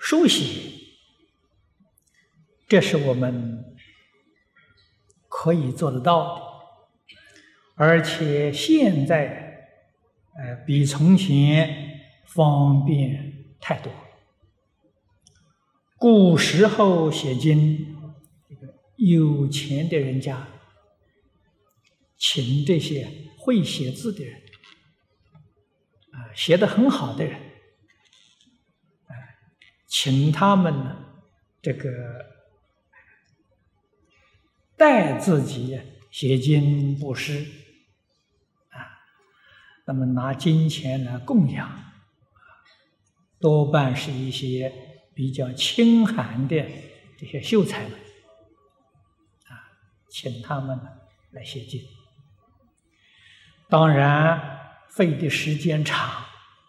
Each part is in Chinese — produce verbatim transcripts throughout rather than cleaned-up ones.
书写，这是我们可以做得到的，而且现在呃比从前方便太多。古时候写经，这个有钱的人家请这些会写字的人，啊，写得很好的人，啊，请他们呢，这个代自己写经布施，啊，那么拿金钱来供养，多半是一些比较清寒的这些秀才们，啊，请他们来写经。当然，费的时间长，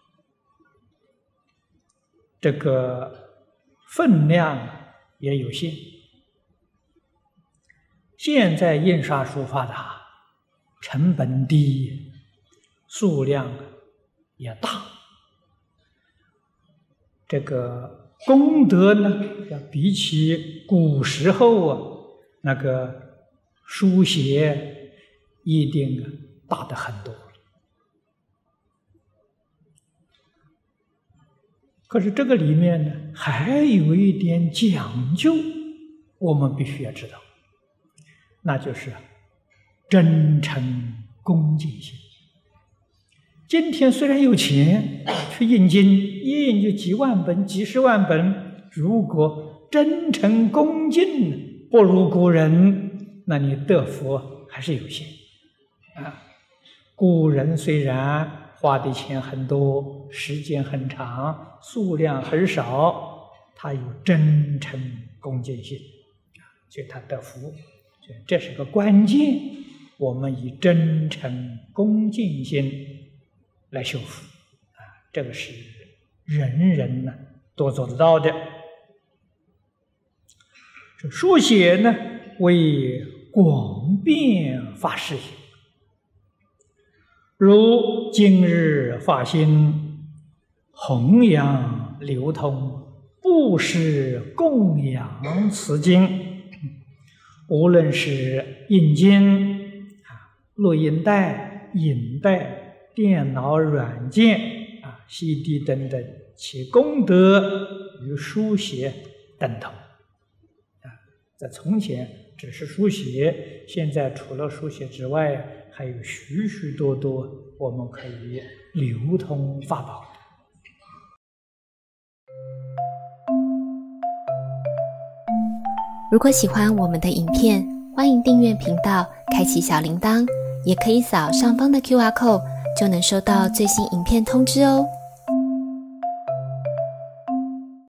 这个分量也有限。现在印刷术发达，成本低，数量也大，这个功德呢，要比起古时候啊那个书写一定大得很多。可是这个里面呢，还有一点讲究，我们必须要知道，那就是真诚恭敬心。今天虽然有钱去印经，一印就几万本、几十万本，如果真诚恭敬不如古人，那你得福还是有限啊。古人虽然花的钱很多，时间很长，数量很少，他有真诚恭敬心，所以他得福。所以这是个关键，我们以真诚恭敬心来修福啊，这个是人人呢都做得到的。这书写呢，为广遍发誓也。如今日发心，弘扬流通，布施供养此经，无论是印经、啊录音带、影带、电脑软件啊、C D 等等，其功德与书写等同。啊，在从前只是书写，现在除了书写之外，还有许许多多我们可以流通法宝的。 如果喜欢我们的影片，欢迎订阅频道，开启小铃铛，也可以扫上方的 Q R code， 就能收到最新影片通知哦。